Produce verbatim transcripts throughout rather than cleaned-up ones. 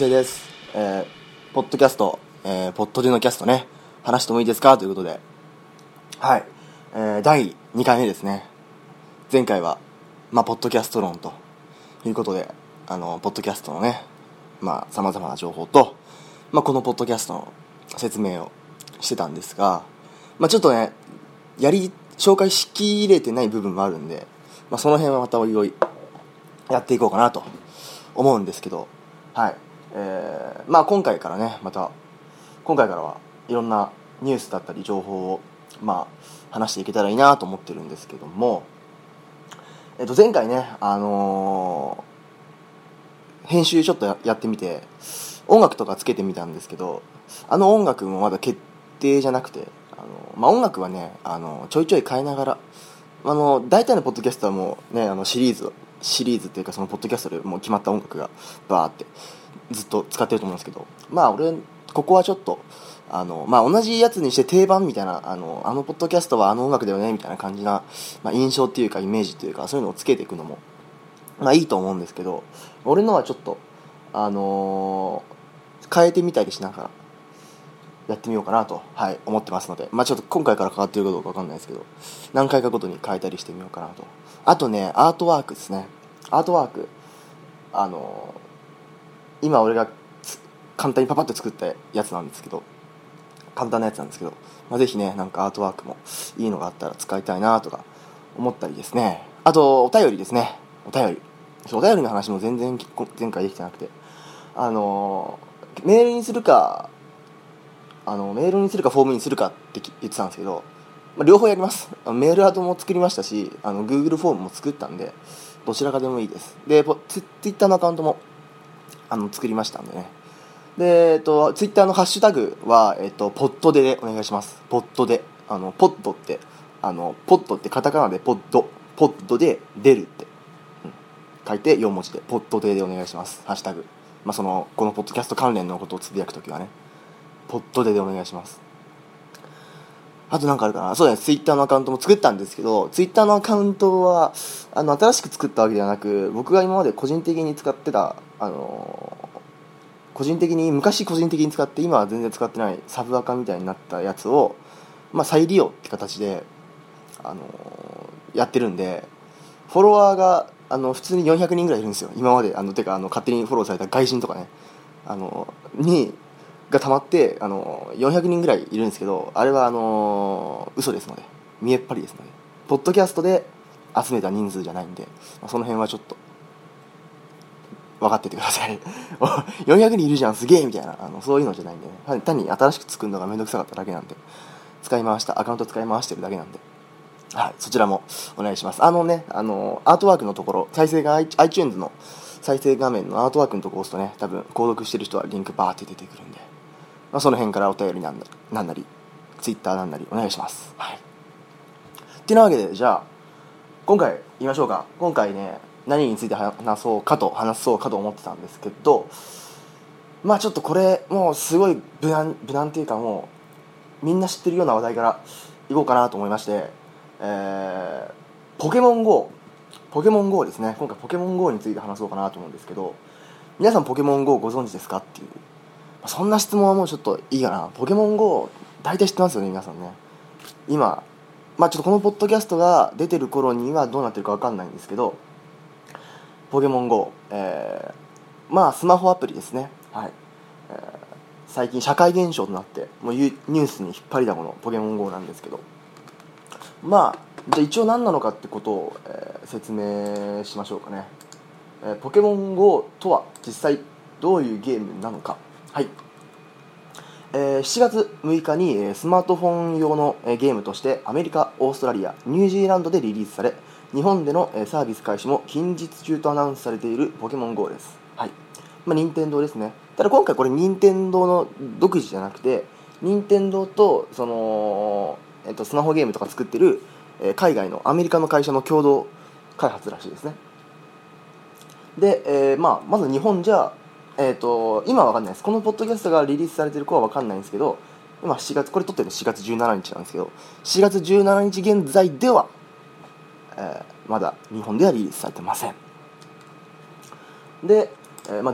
生です。えー、ポッドキャスト、えー、ポッドでのキャストね、話してもいいですかということで、はい、えー、だいにかいめですね。前回は、まあ、ポッドキャスト論ということで、あの、ポッドキャストのね、まあ、様々な情報と、まあ、このポッドキャストの説明をしてたんですが、まあ、ちょっとね、やり、紹介しきれてない部分もあるんで、まあ、その辺はまたおいおいやっていこうかなと思うんですけど、はい、えー、まあ今回からね、また今回からはいろんなニュースだったり情報をまあ話していけたらいいなと思ってるんですけども、えっと前回ね、あのー、編集ちょっと や, やってみて音楽とかつけてみたんですけど、あの音楽もまだ決定じゃなくて、あのー、まあ音楽はね、あのー、ちょいちょい変えながら、あの大体のポッドキャストはもうね、あのシリーズシリーズっていうかそのポッドキャストでもう決まった音楽がバーってずっと使ってると思うんですけど、まあ俺ここはちょっとあのまあ同じやつにして定番みたいな、あのあのポッドキャストはあの音楽だよねみたいな感じな、まあ、印象っていうかイメージっていうかそういうのをつけていくのもまあいいと思うんですけど、俺のはちょっとあのー、変えてみたりしながらやってみようかなと、はい、思ってますので、まあちょっと今回から変わってるかどうかわかんないですけど、何回かごとに変えたりしてみようかなと。あとね、アートワークですね。アートワーク、あのー、今俺が簡単にパパッと作ったやつなんですけど、簡単なやつなんですけど、まあ、ぜひね、なんかアートワークもいいのがあったら使いたいなとか思ったりですね。あとお便りですね。お便りお便りの話も全然前回できてなくて、あのー、メールにするかあのメールにするかフォームにするかって言ってたんですけど、まあ、両方やります。メールアドも作りましたし、あの Google フォームも作ったんで、どちらかでもいいです。で、ツイッターのアカウントもあの作りましたんでね。で、えっと、ツイッターのハッシュタグは、えっと、ポッドででお願いします。ポッドで。あの、ポッドって、あの、ポッドってカタカナでポッド、ポッドで出るって、うん、書いてよんもじで、ポッドででお願いします。ハッシュタグ。まあ、その、このポッドキャスト関連のことをつぶやくときはね、ポッドででお願いします。あとなんかあるかな。そうです。ツイッターのアカウントも作ったんですけど、ツイッターのアカウントはあの新しく作ったわけではなく、僕が今まで個人的に使ってた、あのー、個人的に昔個人的に使って今は全然使ってないサブアカみたいになったやつを、まあ、再利用って形で、あのー、やってるんで、フォロワーがあの普通によんひゃくにんぐらいいるんですよ。今まであのてかあの勝手にフォローされた外人とかね、あのにが溜まって、あのよんひゃくにんぐらいいるんですけど、あれはあの嘘ですので、見えっ張りですので、ポッドキャストで集めた人数じゃないんで、その辺はちょっと分かっててくださいよんひゃくにんいるじゃんすげえみたいな、あのそういうのじゃないんでね、単に新しく作るのがめんどくさかっただけなんで、使い回したアカウント使い回してるだけなんで、はい、そちらもお願いします。あのね、あのアートワークのところ、再生が iTunes の再生画面のアートワークのところを押すとね、多分購読してる人はリンクバーって出てくるんで、まあ、その辺からお便りなんだなんなり、ツイッターなんなりお願いします。はい。ってなわけで、じゃあ今回言いましょうか。今回ね、何について話そうかと話そうかと思ってたんですけど、まあちょっとこれもうすごい無難無難っていうか、もうみんな知ってるような話題からいこうかなと思いまして、えー、ポケモン ゴー ポケモン ゴー ですね。今回ポケモン ゴー について話そうかなと思うんですけど、皆さんポケモン ゴー ご存知ですかっていう、そんな質問はもうちょっといいかな。ポケモン ゴー 大体知ってますよね、皆さんね。今、まあちょっとこのポッドキャストが出てる頃にはどうなってるか分かんないんですけど、ポケモン ゴー、えー、まあスマホアプリですね。はい、えー、最近社会現象となってもうニュースに引っ張りだこのポケモン ゴー なんですけど、まあじゃあ一応何なのかってことを、えー、説明しましょうかね。えー、ポケモン ゴー とは実際どういうゲームなのか。はい、えー、しちがつむいかに、えー、スマートフォン用の、えー、ゲームとしてアメリカ、オーストラリア、ニュージーランドでリリースされ、日本での、えー、サービス開始も近日中とアナウンスされているポケモン ゴー です。はい、まあ、任天堂ですね。ただ今回これ任天堂の独自じゃなくて、任天堂とその、えー、とスマホゲームとか作ってる、えー、海外のアメリカの会社の共同開発らしいですね。で、えーまあ、まず日本じゃえー、と今は分かんないです。このポッドキャストがリリースされている子は分かんないんですけど、今しがつ、これ撮ってるのしがつじゅうしちにちなんですけど、しがつじゅうしちにち現在では、えー、まだ日本ではリリースされてません。で、えーまあ、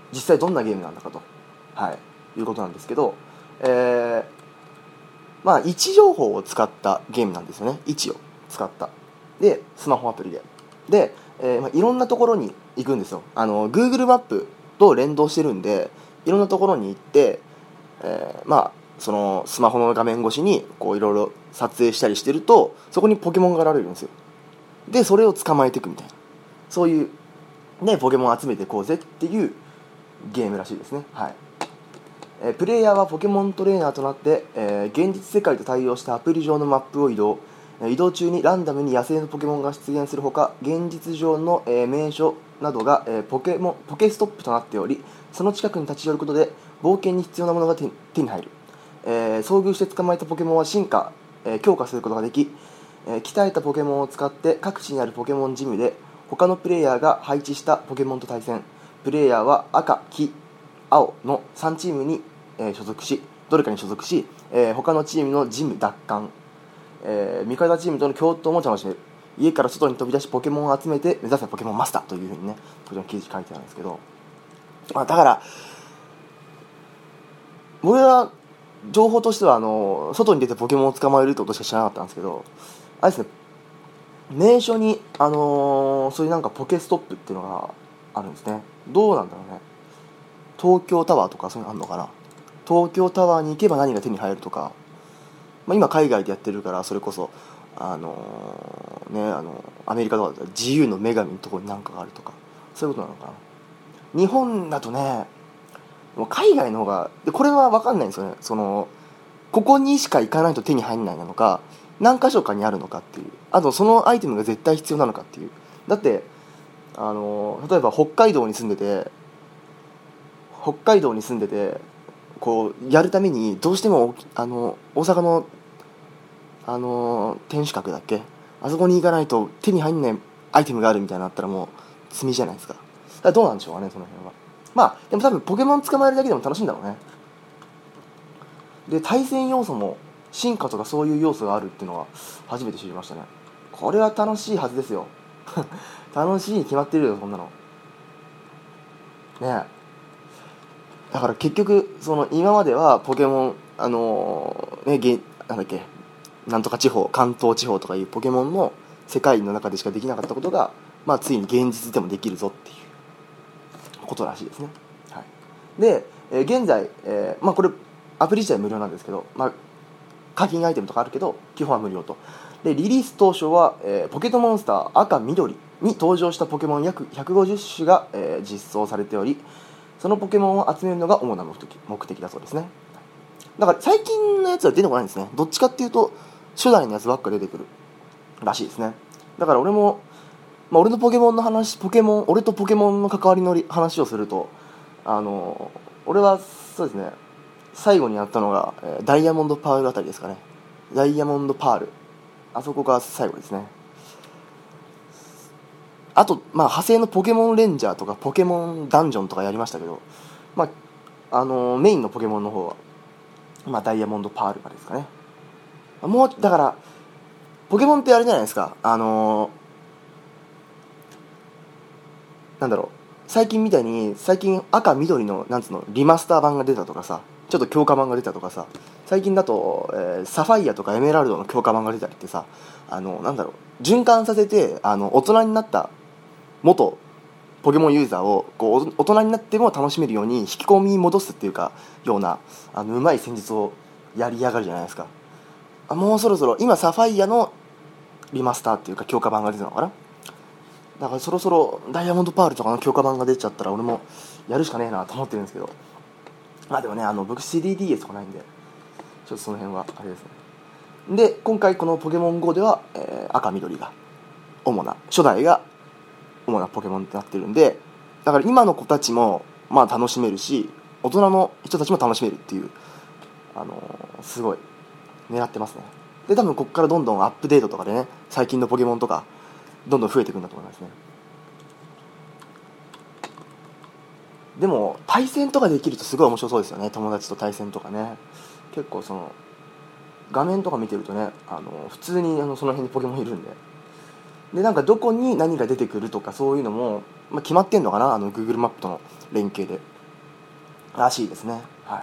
実際どんなゲームなんだかと、はい、いうことなんですけど、えー、まあ位置情報を使ったゲームなんですよね。位置を使ったでスマホアプリでで、えーまあ、いろんなところに行くんですよ。あの Google マップと連動してるんで、いろんなところに行って、えー、まあそのスマホの画面越しにこういろいろ撮影したりしてると、そこにポケモンが現れるんですよ。でそれを捕まえていくみたいな、そういうねポケモンを集めていこうぜっていうゲームらしいですね。はい。えー、プレイヤーはポケモントレーナーとなって、えー、現実世界と対応したアプリ上のマップを移動、えー、移動中にランダムに野生のポケモンが出現するほか、現実上の、えー、名所などが、えー、ポケモンポケストップとなっており、その近くに立ち寄ることで冒険に必要なものが 手, 手に入る、えー、遭遇して捕まえたポケモンは進化、えー、強化することができ、えー、鍛えたポケモンを使って各地にあるポケモンジムで他のプレイヤーが配置したポケモンと対戦。プレイヤーは赤、黄、青のさんチームに、えー、所属しどれかに所属し、えー、他のチームのジム奪還、えー、味方チームとの共闘も楽しめる。家から外に飛び出しポケモンを集めて目指せポケモンマスターというふうにね、こちらの記事書いてあるんですけど、まあ、だから俺は情報としてはあの外に出てポケモンを捕まえるってことしか知らなかったんですけど、あれですね、名所に、あのー、そういうなんかポケストップっていうのがあるんですね。どうなんだろうね。東京タワーとかそういうのあるのかな。東京タワーに行けば何が手に入るとか、まあ、今海外でやってるから、それこそあのー、ねあのアメリカとかだったら自由の女神のところに何かがあるとか、そういうことなのかな。日本だとね、もう海外の方がで、これは分かんないんですよね。そのここにしか行かないと手に入んないなのか、何箇所かにあるのかっていう、あとそのアイテムが絶対必要なのかっていう。だってあの例えば北海道に住んでて北海道に住んでてこうやるためにどうしてもあの大阪のあの天守閣だっけ、あそこに行かないと手に入んないアイテムがあるみたいになったらもう罪じゃないですか。だからどうなんでしょうかね、その辺は。まあでも多分ポケモン捕まえるだけでも楽しいんだろうね。で対戦要素も進化とかそういう要素があるっていうのは初めて知りましたね。これは楽しいはずですよ楽しいに決まってるよ、そんなのね。だから結局その今まではポケモンあのー、ねげなんだっけなんとか地方関東地方とかいうポケモンの世界の中でしかできなかったことが、まあ、ついに現実でもできるぞっていうことらしいですね。はい、で、えー、現在、えーまあ、これアプリ自体無料なんですけど、まあ、課金アイテムとかあるけど基本は無料と。でリリース当初は、えー、ポケットモンスター赤緑に登場したポケモン約ひゃくごじゅっ種が、えー、実装されており、そのポケモンを集めるのが主な目的、目的だそうですね。だから最近のやつは出てこないんですね。どっちかっていうと初代のやつばっか出てくるらしいですね。だから俺も、まあ、俺のポケモンの話ポケモン俺とポケモンの関わりの話をすると、あの俺はそうですね、最後にやったのが、えー、ダイヤモンドパールあたりですかね。ダイヤモンドパール、あそこが最後ですね。あと、まあ、派生のポケモンレンジャーとかポケモンダンジョンとかやりましたけど、まああのー、メインのポケモンの方は、まあ、ダイヤモンドパールまでですかね。もうだからポケモンってあれじゃないですか、あのー、なんだろう、最近みたいに最近赤緑のなんつうのリマスター版が出たとかさ、ちょっと強化版が出たとかさ、最近だと、えー、サファイアとかエメラルドの強化版が出たりってさ、あのなんだろう、循環させてあの大人になった元ポケモンユーザーをこう大人になっても楽しめるように引き込み戻すっていうかようなあのうまい戦術をやりやがるじゃないですか。あもうそろそろ今サファイアのリマスターっていうか強化版が出たのかな。だからそろそろダイヤモンドパールとかの強化版が出ちゃったら俺もやるしかねえなと思ってるんですけど、まあでもね、あの僕 スリーディーエス とかないんでちょっとその辺はあれですね。で今回このポケモン ゴー では、えー、赤緑が主な初代が主なポケモンってなってるんで、だから今の子たちもまあ楽しめるし大人の人たちも楽しめるっていう、あのー、すごい狙ってますね。で多分ここからどんどんアップデートとかでね、最近のポケモンとかどんどん増えていくんだと思いますね。でも対戦とかできるとすごい面白そうですよね。友達と対戦とかね、結構その画面とか見てるとね、あの普通にあのその辺にポケモンいるんで、でなんかどこに何が出てくるとかそういうのも、まあ、決まってんのかな、あの Google マップとの連携で。 らしいですね。はい。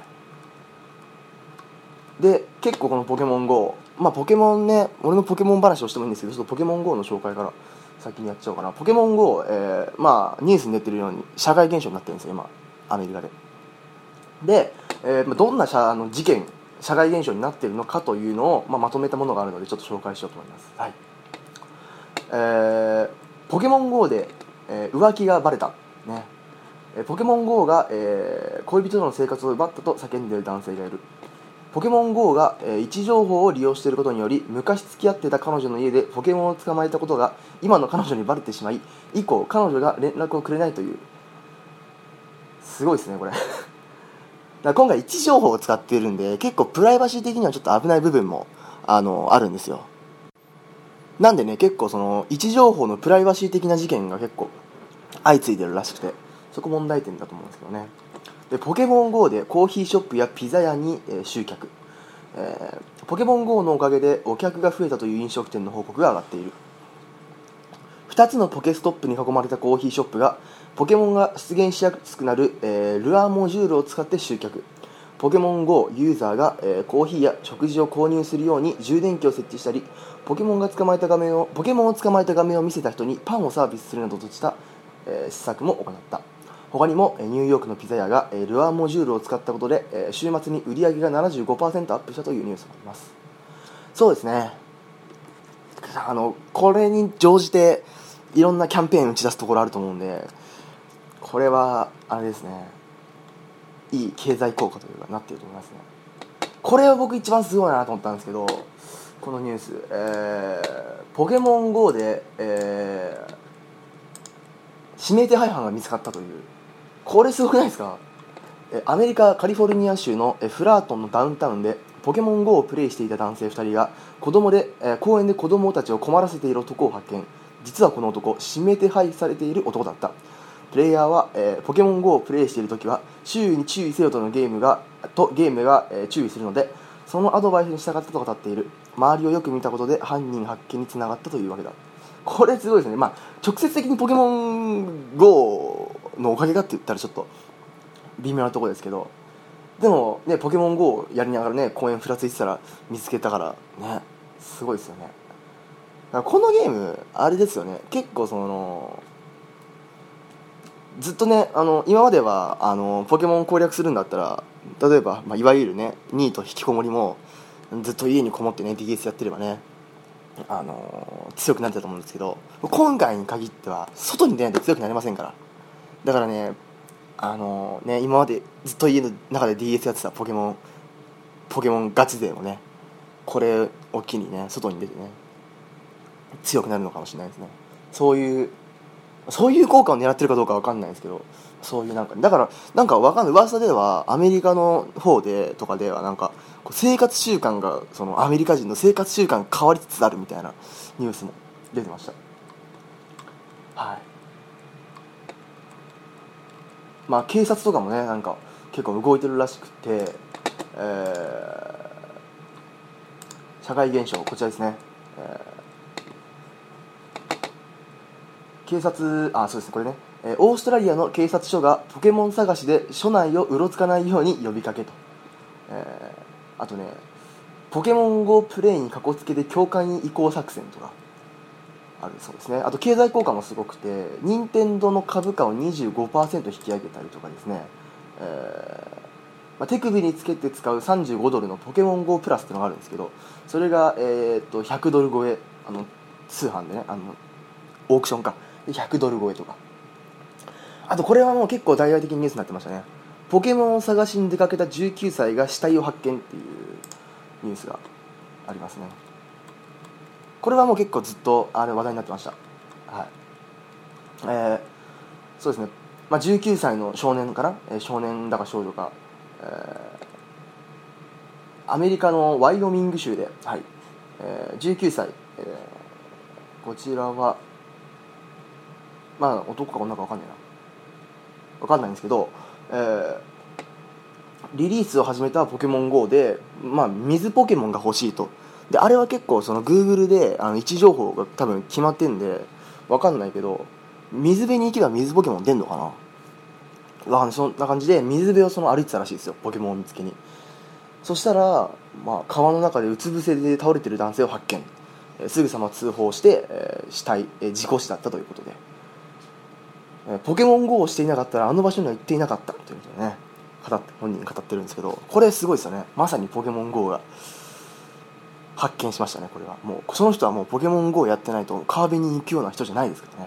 で結構このポケモン ゴー、まあポケモンね、俺のポケモン話をしてもいいんですけど、ちょっとポケモン ゴー の紹介から先にやっちゃおうかな。ポケモン ゴー、えー、まあニュースに出てるように社会現象になってるんですよ今、アメリカで。で、えー、どんな社あの事件社会現象になっているのかというのを、まあ、まとめたものがあるのでちょっと紹介しようと思います。はい。えー、ポケモン ゴー で、えー、浮気がバレた、ね、ポケモン ゴー が、えー、恋人との生活を奪ったと叫んでいる男性がいる。ポケモン ゴー が、えー、位置情報を利用していることにより、昔付き合っていた彼女の家でポケモンを捕まえたことが今の彼女にバレてしまい、以降彼女が連絡をくれないという。すごいですねこれだから今回位置情報を使っているんで、結構プライバシー的にはちょっと危ない部分もあのあるんですよ。なんでね、結構その位置情報のプライバシー的な事件が結構相次いでるらしくて、そこ問題点だと思うんですけどね。でポケモン ゴー でコーヒーショップやピザ屋に、えー、集客、えー、ポケモン ゴー のおかげでお客が増えたという飲食店の報告が上がっている。ふたつのポケストップに囲まれたコーヒーショップがポケモンが出現しやすくなる、えー、ルアーモジュールを使って集客。ポケモン ゴー ユーザーが、えー、コーヒーや食事を購入するように充電器を設置したり、ポケモンが捕まえた画面をポケモンを捕まえた画面を見せた人にパンをサービスするなどとした、えー、施策も行った。他にもニューヨークのピザ屋が、えー、ルアーモジュールを使ったことで、えー、週末に売り上げが ななじゅうごパーセント アップしたというニュースもあります。そうですね、あのこれに乗じていろんなキャンペーン打ち出すところあると思うんで、これはあれですね、いい経済効果というかなっていると思いますね。これは僕一番すごいなと思ったんですけど、このニュース、えー、ポケモン ゴー で、えー、指名手配犯が見つかったという。これすごくないですか。アメリカカリフォルニア州のフラートンのダウンタウンでポケモン ゴー をプレイしていた男性ふたりが子供で、えー、公園で子供たちを困らせている男を発見。実はこの男、指名手配されている男だった。プレイヤーは、えー、ポケモン ゴー をプレイしているときは周囲に注意せよとのゲームがとゲームが、えー、注意するので、そのアドバイスに従ったと語っている。周りをよく見たことで犯人発見につながったというわけだ。これすごいですね。まあ直接的にポケモン ゴー のおかげかって言ったらちょっと微妙なところですけど、でもね、ポケモン ゴー やりながらね、公園ふらついてたら見つけたからね、すごいですよね。だからこのゲームあれですよね、結構そのずっとね、あの今まではあのポケモン攻略するんだったら、例えば、まあ、いわゆるねニート引きこもりもずっと家にこもってね ディーエス やってればね、あの強くなれたと思うんですけど、今回に限っては外に出ないと強くなれませんから。だからね、あのね今までずっと家の中で ディーエス やってたポケモンポケモンガチ勢もね、これを機にね外に出てね強くなるのかもしれないですね。そういうそういう効果を狙ってるかどうかわかんないですけど、そういうなんかだからなんかわかんない噂ではアメリカの方でとかではなんか生活習慣がそのアメリカ人の生活習慣が変わりつつあるみたいなニュースも出てました。はい。まあ警察とかもねなんか結構動いてるらしくて、えー、社会現象こちらですね。えー警察、あ、そうですね、これね、えー、オーストラリアの警察署がポケモン探しで署内をうろつかないように呼びかけと、えー、あとね、ポケモン ゴー プレイにかこつけで教会に移行作戦とかあるそうですね。あと経済効果もすごくて、任天堂の株価を にじゅうごパーセント 引き上げたりとかですね、えーまあ、手首につけて使うさんじゅうごドルのポケモン ゴー プラスっていうのがあるんですけど、それが、えー、っとひゃくドル超え、あの通販でね、あのオークションかひゃくドル超えとか。あとこれはもう結構大々的にニュースになってましたね。ポケモンを探しに出かけたじゅうきゅうさいが死体を発見っていうニュースがありますね。これはもう結構ずっとあれ話題になってました。はい。えー、そうですね、まあ、じゅうきゅうさいの少年かな、えー、少年だか少女か、えー、アメリカのワイオミング州で、はい、えー、じゅうきゅうさい、えー、こちらはまあ男か女か分かんないな分かんないんですけど、えー、リリースを始めたポケモン ゴー で、まあ、水ポケモンが欲しいと。であれは結構その Google であの位置情報が多分決まってんで分かんないけど、水辺に行けば水ポケモン出んのかな。 あそんな感じで水辺をその歩いてたらしいですよ、ポケモンを見つけに。そしたら、まあ、川の中でうつ伏せで倒れてる男性を発見、えー、すぐさま通報して、えー、死体、えー、事故死だったということで、えー、ポケモン ゴー をしていなかったらあの場所には行っていなかったということでね、語って本人語ってるんですけど、これすごいですよね。まさにポケモン ゴー が発見しましたね。これはもうその人はもうポケモン ゴー やってないと川辺に行くような人じゃないですからね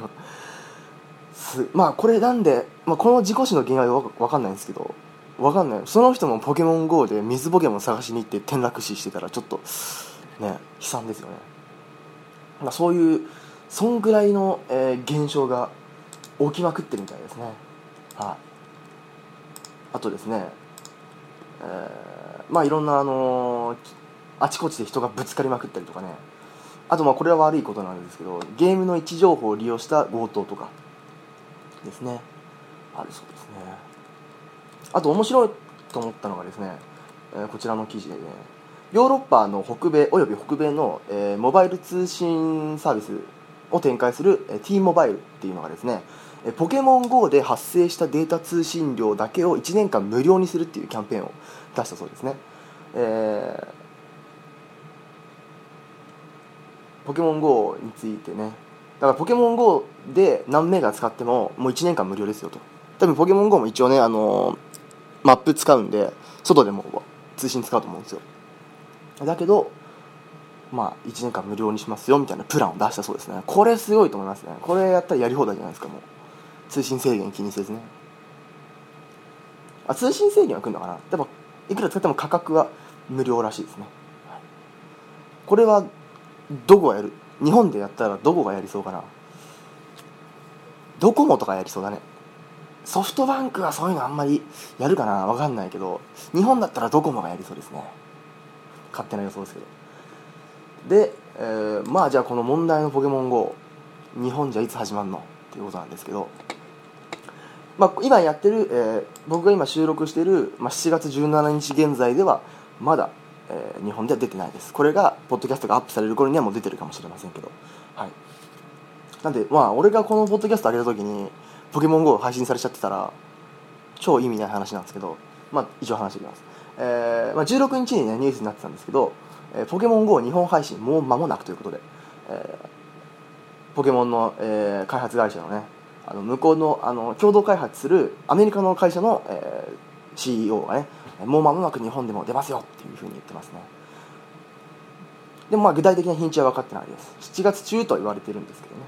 すまあこれなんで、まあ、この事故死の原因は分かんないんですけど、分かんない、その人もポケモン ゴー で水ポケモン探しに行って転落死してたらちょっとね悲惨ですよね。まあ、そういうそんぐらいの、えー、現象が起きまくってるみたいですね。はい。あとですね、えー、まあいろんなあのー、あちこちで人がぶつかりまくったりとかね、あとまあこれは悪いことなんですけど、ゲームの位置情報を利用した強盗とかですね、あるそうですね。あと面白いと思ったのがですね、えー、こちらの記事でね、ヨーロッパの北米および北米の、えー、モバイル通信サービスを展開する、えー、T モバイルっていうのがですね、えー、ポケモン ゴー で発生したデータ通信量だけをいちねんかん無料にするっていうキャンペーンを出したそうですね。えーポケモン ゴー についてね、だからポケモン ゴー で何メガ使ってももういちねんかん無料ですよと。多分ポケモン ゴー も一応ね、あのー、マップ使うんで外でも通信使うと思うんですよ。だけどまあいちねんかん無料にしますよみたいなプランを出したそうですね。これすごいと思いますね。これやったらやり放題じゃないですか。もう通信制限気にせずね。あ、通信制限は来るのかな。でもいくら使っても価格は無料らしいですね。これはどこがやる、日本でやったらどこがやりそうかな。ドコモとかやりそうだね。ソフトバンクはそういうのあんまりやるかな、わかんないけど、日本だったらドコモがやりそうですね。勝手な予想ですけど。で、えー、まあじゃあこの問題のポケモン ゴー 日本じゃいつ始まるのっていうことなんですけど、まあ、今やってる、えー、僕が今収録している、まあ、しちがつじゅうしちにち現在ではまだ、えー、日本では出てないです。これがポッドキャストがアップされる頃にはもう出てるかもしれませんけど、はい。なんでまあ俺がこのポッドキャスト上げた時にポケモン ゴー 配信されちゃってたら超意味ない話なんですけど、まあ一応話していきます。えーまあ、じゅうろくにちにねニュースになってたんですけど、えー、ポケモン ゴー 日本配信もう間もなくということで、えー、ポケモンの、えー、開発会社のね、あの向こうの、あの共同開発するアメリカの会社の、えー、シーイーオー がね、もう間もなく日本でも出ますよっていうふうに言ってますね。でもまあ具体的な日にちは分かってないです。しちがつ中と言われてるんですけどね。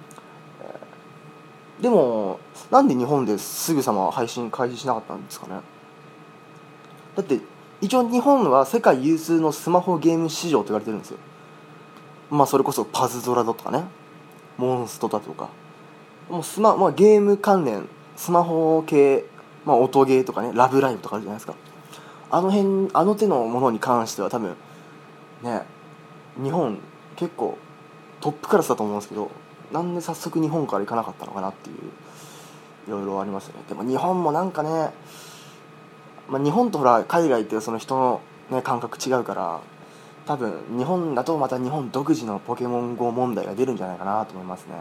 でもなんで日本ですぐさま配信開始しなかったんですかね。だって一応日本は世界有数のスマホゲーム市場と言われてるんですよ。まあそれこそパズドラだとかね、モンストだとか、もうスマ、まあ、ゲーム関連スマホ系、まあ、音ゲーとかね、ラブライブとかあるじゃないですか。あの辺あの手のものに関しては多分ね、日本結構トップクラスだと思うんですけど、なんで早速日本から行かなかったのかなっていう、いろいろありますよね。でも日本もなんかね、まあ、日本とほら海外ってその人の、ね、感覚違うから、多分日本だとまた日本独自のポケモン ゴー 問題が出るんじゃないかなと思いますね。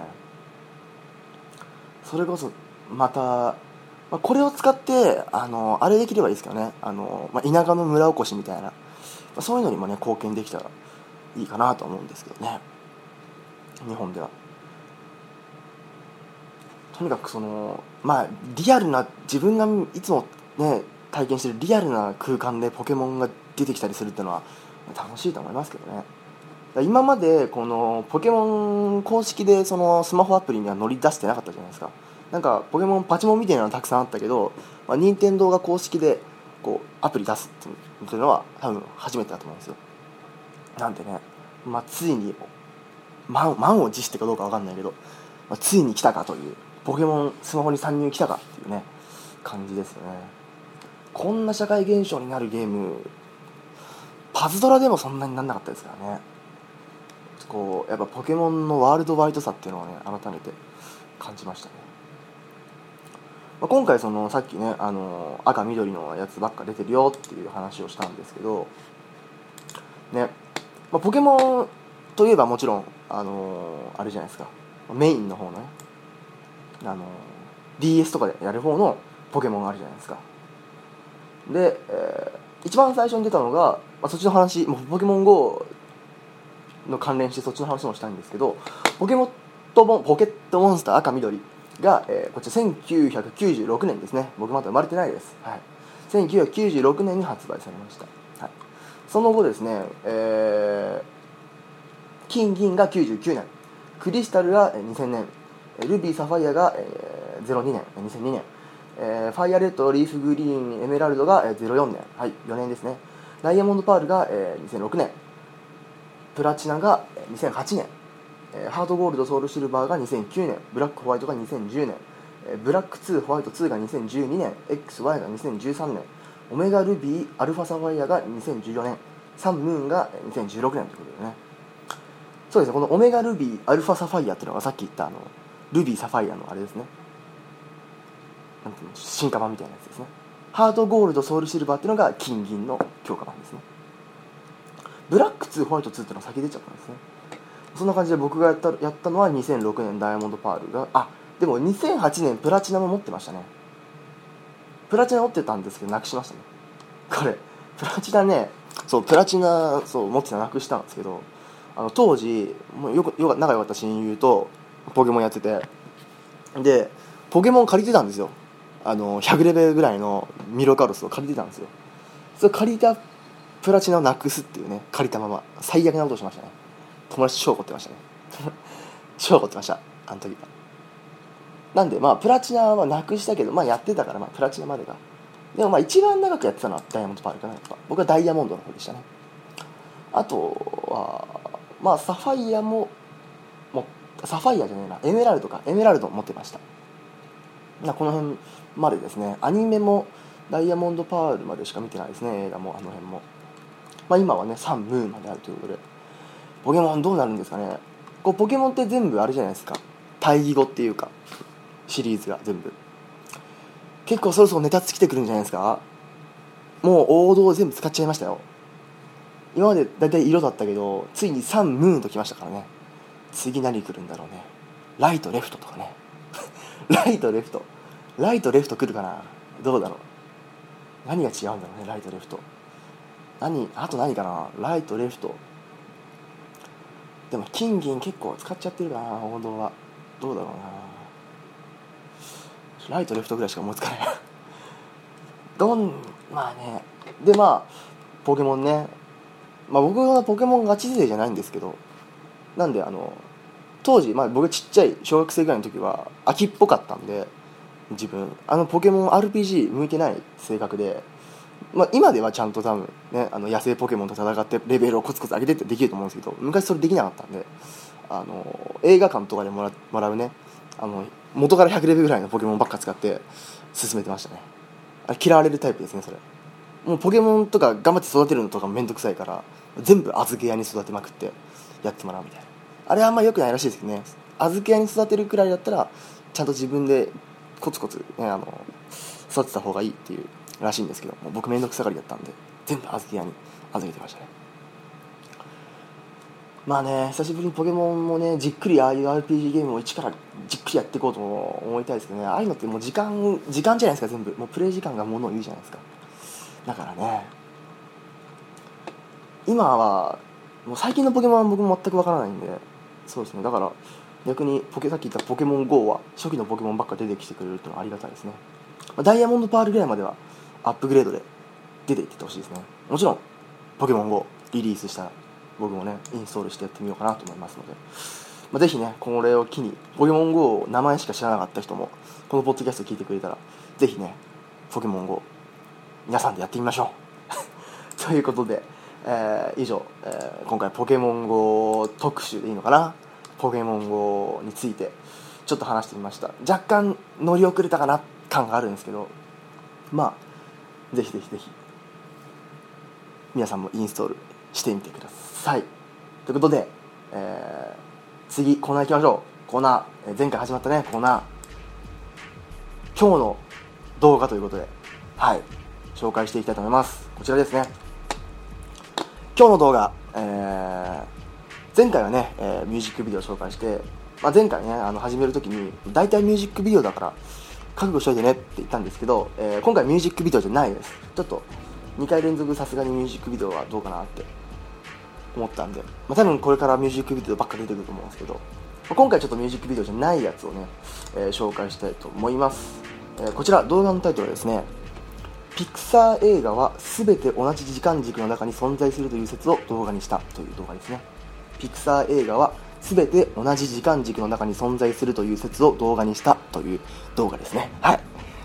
それこそまた、まあ、これを使ってあのあれできればいいですけどね、あの、まあ、田舎の村おこしみたいな、まあ、そういうのにもね貢献できたらいいかなと思うんですけどね、日本では。とにかくそのまあリアルな、自分がいつもね体験してるリアルな空間でポケモンが出てきたりするっていうのは楽しいと思いますけどね。今までこのポケモン公式でそのスマホアプリには乗り出してなかったじゃないですか。なんかポケモンパチモンみたいなのたくさんあったけど、まあ、任天堂が公式でこうアプリ出すっていうのは多分初めてだと思うんですよ。なんでね、まあ、ついに満満を持してかどうか分かんないけど、まあ、ついに来たかという、ポケモンスマホに参入来たかっていうね感じですよね。こんな社会現象になるゲームパズドラでもそんなになんなかったですからね。こうやっぱポケモンのワールドワイドさっていうのをね改めて感じましたね。まあ、今回そのさっきね、あの赤緑のやつばっか出てるよっていう話をしたんですけどね、まあ、ポケモンといえばもちろんあのあれじゃないですか、メインの方のね、あの ディーエス とかでやる方のポケモンあるじゃないですか。で、えー、一番最初に出たのが、まあ、そっちの話、もうポケモン ゴー の関連してそっちの話もしたいんですけど、ポケモンポケットモンスター赤緑が、えー、こちらせんきゅうひゃくきゅうじゅうろくねんですね。僕まだ生まれてないです、はい、せんきゅうひゃくきゅうじゅうろくねんに発売されました、はい、その後ですね、えー、金銀がきゅうじゅうきゅうねん、クリスタルがにせんねん、ルビーサファイアが、えー、ゼロにねんにせんにねん、えー、ファイアレッドリーフグリーンエメラルドが、えー、ゼロよんねん、はい、よねんですね。ダイヤモンドパールが、えー、にせんろくねん、プラチナがにせんはちねん、ハードゴールドソウルシルバーがにせんきゅうねん、ブラックホワイトがにせんじゅうねん、ブラックツーホワイトツーがにせんじゅうにねん、 エックスワイ がにせんじゅうさんねん、オメガルビーアルファサファイアがにせんじゅうよねん、サンムーンがにせんじゅうろくねんということでね。そうですね、このオメガルビーアルファサファイアっていうのがさっき言ったあのルビーサファイアのあれですね、なんていうの、進化版みたいなやつですね。ハードゴールドソウルシルバーっていうのが金銀の強化版ですね。ブラックツーホワイトツーっていうのが先出ちゃったんですね。そんな感じで僕がやったやったのはにせんろくねんダイヤモンドパールが、あ、でもにせんはちねんプラチナも持ってましたね。プラチナ持ってたんですけどなくしましたね。これプラチナね、そうプラチナそう持ってたなくしたんですけど、あの当時もうよくよく仲良かった親友とポケモンやってて、でポケモン借りてたんですよ。あのひゃくレベルぐらいのミロカロスを借りてたんですよ。それ借りたプラチナをなくすっていうね、借りたまま最悪なことをしましたね。友達超怒ってましたね超怒ってましたあの時は。なんでまあプラチナはなくしたけど、まあやってたから、まあプラチナまでが、でもまあ一番長くやってたのはダイヤモンドパールかな。やっぱ僕はダイヤモンドの方でしたね。あとはまあサファイアももサファイアじゃねえなエメラルドかエメラルド持ってました。なこの辺までですね。アニメもダイヤモンドパールまでしか見てないですね。映画もあの辺も、まあ今はねサンムーンまであるということで、ポケモンどうなるんですかね。こうポケモンって全部あれじゃないですか、対義語っていうかシリーズが全部結構そろそろネタ尽きてくるんじゃないですか。もう王道を全部使っちゃいましたよ。今までだいたい色だったけどついにサンムーンときましたからね。次何来るんだろうね。ライトレフトとかねライトレフトライトレフト来るかな。どうだろう、何が違うんだろうね。ライトレフト何、あと何かな。ライトレフトでも金銀結構使っちゃってるかな。王道はどうだろうな。ライトレフトぐらいしか思いつかないどんまあね。でまあポケモンね、まあ僕はポケモンガチ勢じゃないんですけど、なんであの当時、まあ、僕がちっちゃい小学生ぐらいの時は秋っぽかったんで、自分あのポケモン アールピージー 向いてない性格で、まあ、今ではちゃんと多分ね、あの野生ポケモンと戦ってレベルをコツコツ上げてってできると思うんですけど、昔それできなかったんで、あの映画館とかでも ら, もらうね、あの元からひゃくレベルぐらいのポケモンばっか使って進めてましたね。あれ嫌われるタイプですね。それもうポケモンとか頑張って育てるのとかめんどくさいから、全部預け屋に育てまくってやってもらうみたいな。あれはあんま良くないらしいですけどね。預け屋に育てるくらいだったらちゃんと自分でコツコツ、ね、あの育てた方がいいっていうらしいんですけど、もう僕めんどくさがりだったんで全部預け屋に預けてましたね。まあね、久しぶりにポケモンもね、じっくりああいう アールピージー ゲームを一からじっくりやっていこうと思いたいですけどね。ああいうのってもう時間時間じゃないですか。全部もうプレイ時間がものを言うじゃないですか。だからね、今はもう最近のポケモンは僕も全くわからないんで、そうですね。だから逆にポケさっき言ったポケモン ゴー は初期のポケモンばっか出てきてくれるっていうのはありがたいですね。まあ、ダイヤモンドパールぐらいまではアップグレードで出ていっててほしいですね。もちろんポケモン ゴー リリースしたら僕もねインストールしてやってみようかなと思いますので、まあ、ぜひねこれを機にポケモン ゴー 名前しか知らなかった人もこのポッドキャスト聞いてくれたら、ぜひねポケモン ゴー 皆さんでやってみましょうということで、えー、以上、えー、今回ポケモン ゴー 特集でいいのかな、ポケモン ゴー についてちょっと話してみました。若干乗り遅れたかな感があるんですけど、まあぜひぜひぜひ皆さんもインストールしてみてくださいということで、えー、次コーナー行きましょう。コーナー、えー、前回始まったねコーナー、今日の動画ということで、はい紹介していきたいと思います。こちらですね。今日の動画、えー、前回はね、えー、ミュージックビデオを紹介して、まあ、前回ねあの始めるときに大体ミュージックビデオだから覚悟しといてねって言ったんですけど、えー、今回ミュージックビデオじゃないです。ちょっとにかい連続さすがにミュージックビデオはどうかなって思ったんで、まあ、多分これからミュージックビデオばっかり出てくると思うんですけど、まあ、今回ちょっとミュージックビデオじゃないやつをね、えー、紹介したいと思います。えー、こちら動画のタイトルはですね、ピクサー映画は全て同じ時間軸の中に存在するという説を動画にしたという動画ですね。ピクサー映画は全て同じ時間軸の中に存在するという説を動画にしたという動画ですね。はい。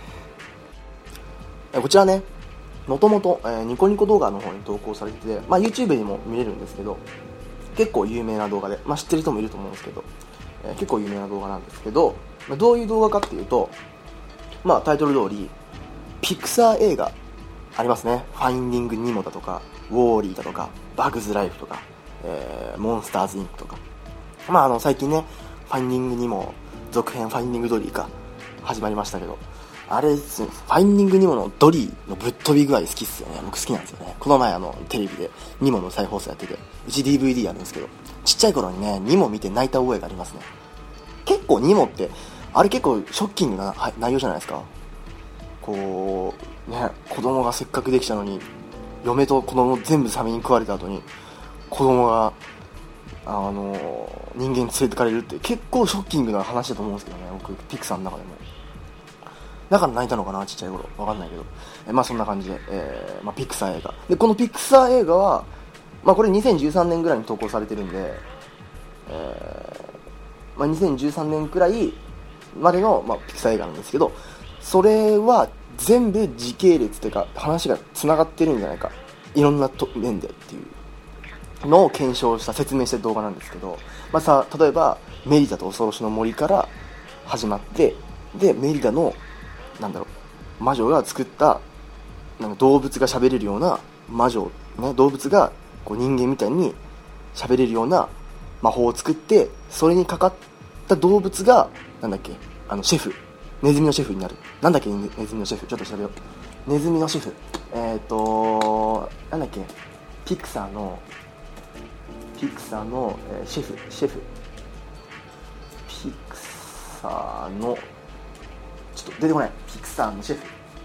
えこちらね、もともとニコニコ動画の方に投稿されてて、まあ、YouTube にも見れるんですけど、結構有名な動画で、まあ、知ってる人もいると思うんですけど、えー、結構有名な動画なんですけど、まあ、どういう動画かっていうと、まあ、タイトル通りピクサー映画ありますね。ファインディングニモだとか、ウォーリーだとか、バグズライフとか、えー、モンスターズインクとか、まあ、あの最近ね、ファインディングニモ続編ファインディングドリーが始まりましたけど、あれですね、ファインディングニモのドリーのぶっ飛び具合好きっすよね。僕好きなんですよね。この前あのテレビでニモの再放送やってて、うち ディーブイディー あるんですけど、ちっちゃい頃にねニモ見て泣いた覚えがありますね。結構ニモってあれ結構ショッキングな内容じゃないですか。こうね、子供がせっかくできたのに嫁と子供全部サメに食われた後に子供があのー、人間に連れてかれるって結構ショッキングな話だと思うんですけどね。僕ピクサーの中でもだから泣いたのかな、ちっちゃい頃わかんないけど、えまあそんな感じで、えーまあ、ピクサー映画で、このピクサー映画はまあこれにせんじゅうさんねんぐらいに投稿されてるんで、えーまあ、にせんじゅうさんねんくらいまでの、まあ、ピクサー映画なんですけど、それは全部時系列というか話がつながってるんじゃないか、いろんな面でっていうのを検証した説明してる動画なんですけど、まあ、さ例えばメリダと恐ろしの森から始まって、でメリダのなんだろう魔女が作ったなんか動物が喋れるような魔女、ね、動物がこう人間みたいに喋れるような魔法を作って、それにかかった動物がなんだっけ、あのシェフ、ネズミのシェフになる。なんだっけ、ネズミのシェフ、ちょっと調べよう。ネズミのシェフ、えっとなんだっけ、ピクサーのピクサーの、えー、シェフシェフピクサーのちょっと出てこない。ピクサーのシェフ、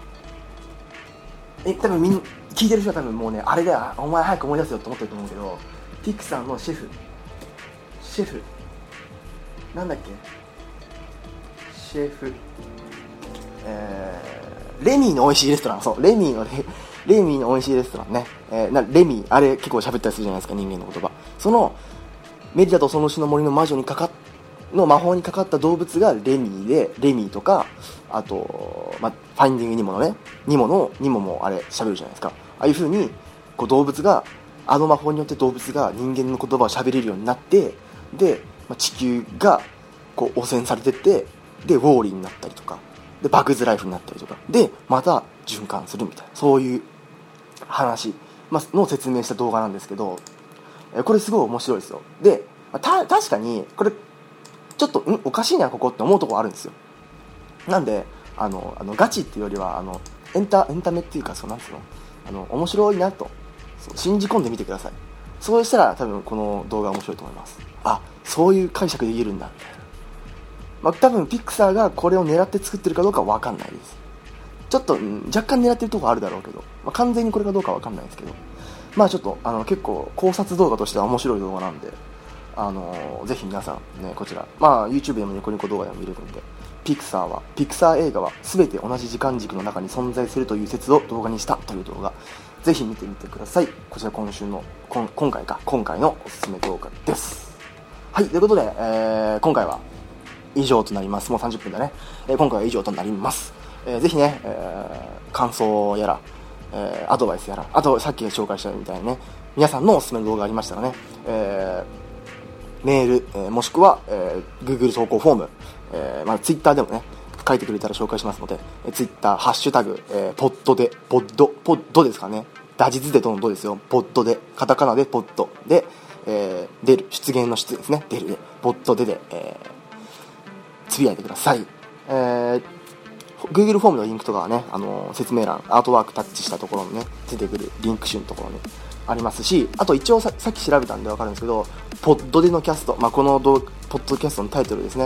え多分みん聞いてる人は多分もうね、あれだよ、お前早く思い出せよって思ってると思うけど、ピクサーのシェフシェフなんだっけ、シェフ、えー、レミーの美味しいレストラン、そうレミーのレレミーの美味しいレストランね、えー、なレミーあれ結構喋ったりするじゃないですか、人間の言葉。そのメリダとその死の森の魔女にかかっの魔法にかかった動物がレミーで、レミーとかあと、まあ、ファインディングニモのね、ニモのニモもあれ喋るじゃないですか。ああいう風にこう動物が、あの魔法によって動物が人間の言葉を喋れるようになって、で、まあ、地球がこう汚染されてって、でウォーリーになったりとか、でバグズライフになったりとかでまた循環するみたいな、そういう話、まあ、の説明した動画なんですけど、えこれすごい面白いですよ。でた確かにこれちょっとんおかしいなここって思うところあるんですよ。なんであのあのガチっていうよりはあのエンタエンタメっていうか、そうなんですよ、あの面白いなとそう信じ込んでみてください。そうしたら多分この動画面白いと思います。あ、そういう解釈で言えるんだみたいな。まあ、多分ピクサーがこれを狙って作ってるかどうかは分かんないです。ちょっと、うん、若干狙ってるところあるだろうけど、まあ、完全にこれかどうかは分かんないですけど、まあちょっとあの結構考察動画としては面白い動画なんで、あのー、ぜひ皆さんね、こちら、まあ YouTube でもニコニコ動画でも見れるんで、ピクサーはピクサー映画は全て同じ時間軸の中に存在するという説を動画にしたという動画、ぜひ見てみてください。こちら今週の今今回か今回のおすすめ動画です。はい、ということで、えー、今回は以上となります。もうさんじゅっぷんだね、えー、今回は以上となります。えー、ぜひね、えー、感想やら、えー、アドバイスやら、あとさっき紹介したみたいにね、皆さんのおすすめの動画ありましたらね、えー、メール、えー、もしくは、えー、Google 投稿フォーム、えーまあ、Twitter でもね書いてくれたら紹介しますので、えー、Twitter ハッシュタグ、えー、ポッドでポッドポッドですかね、打実でどのどですよ、ポッドでカタカナでポッドで、えー、出る出現の出ですね、出るでポッドでで、えー、つぶやいてください。えーGoogle フォームのリンクとかはね、あのー、説明欄、アートワークタッチしたところのね、出てくるリンク集のところにありますし、あと一応 さ, さっき調べたんで分かるんですけど、ポッドでのキャスト、まあ、このポッドキャストのタイトルですね、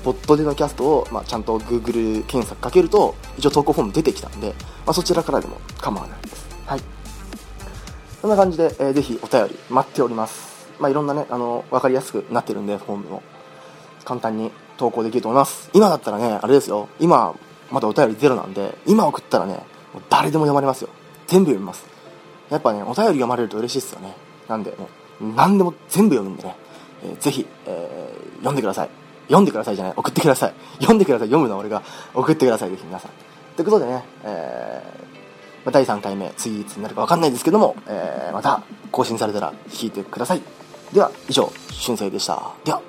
ポッドでのキャストを、まあ、ちゃんと Google 検索かけると一応投稿フォーム出てきたんで、まあ、そちらからでも構わないです。はい、そんな感じで、えー、ぜひお便り待っております。まあ、いろんなね、あの分かりやすくなってるんで、フォームも簡単に投稿できると思います。今だったらね、あれですよ、今まだお便りゼロなんで、今送ったらね、もう誰でも読まれますよ。全部読みます。やっぱね、お便り読まれると嬉しいですよね。なんでもう何でも全部読むんでね、えー、ぜひ、えー、読んでください。読んでくださいじゃない、送ってください。読んでください。読むのは俺が、送ってください、ぜひ皆さん。ということでね、えー、だいさんかいめ、次いつになるか分かんないですけども、えー、また更新されたら聞いてください。では、以上、しゅんせいでした。では。